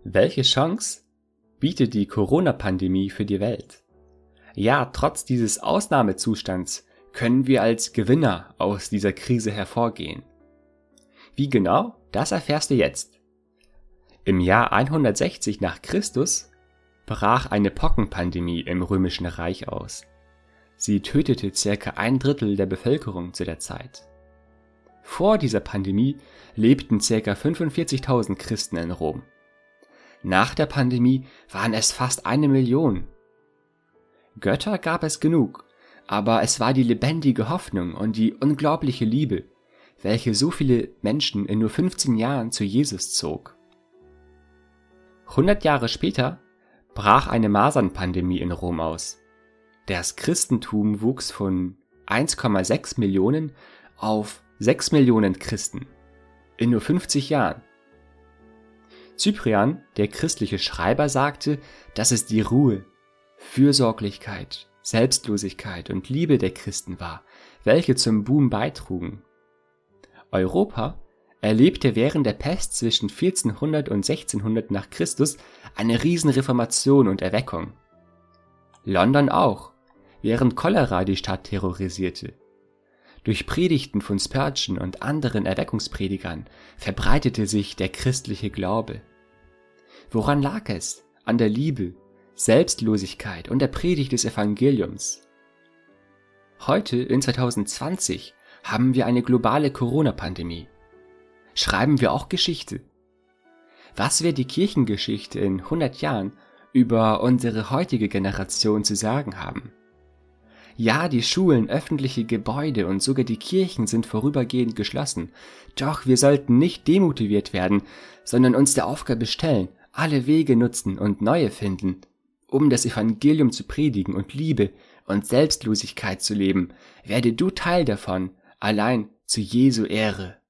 Welche Chance bietet die Corona-Pandemie für die Welt? Ja, trotz dieses Ausnahmezustands können wir als Gewinner aus dieser Krise hervorgehen. Wie genau? Das erfährst du jetzt. Im Jahr 160 nach Christus brach eine Pockenpandemie im Römischen Reich aus. Sie tötete ca. 1/3 der Bevölkerung zu der Zeit. Vor dieser Pandemie lebten ca. 45.000 Christen in Rom. Nach der Pandemie waren es fast 1 Million. Götter gab es genug, aber es war die lebendige Hoffnung und die unglaubliche Liebe, welche so viele Menschen in nur 15 Jahren zu Jesus zog. 100 Jahre später brach eine Masernpandemie in Rom aus. Das Christentum wuchs von 1,6 Millionen auf 6 Millionen Christen in nur 50 Jahren. Cyprian, der christliche Schreiber, sagte, dass es die Ruhe, Fürsorglichkeit, Selbstlosigkeit und Liebe der Christen war, welche zum Boom beitrugen. Europa erlebte während der Pest zwischen 1400 und 1600 nach Christus eine Riesenreformation und Erweckung. London auch, während Cholera die Stadt terrorisierte. Durch Predigten von Spurgeon und anderen Erweckungspredigern verbreitete sich der christliche Glaube. Woran lag es? An der Liebe, Selbstlosigkeit und der Predigt des Evangeliums. Heute, in 2020, haben wir eine globale Corona-Pandemie. Schreiben wir auch Geschichte? Was wird die Kirchengeschichte in 100 Jahren über unsere heutige Generation zu sagen haben? Ja, die Schulen, öffentliche Gebäude und sogar die Kirchen sind vorübergehend geschlossen. Doch wir sollten nicht demotiviert werden, sondern uns der Aufgabe stellen, alle Wege nutzen und neue finden, um das Evangelium zu predigen und Liebe und Selbstlosigkeit zu leben. Werde du Teil davon, allein zu Jesu Ehre.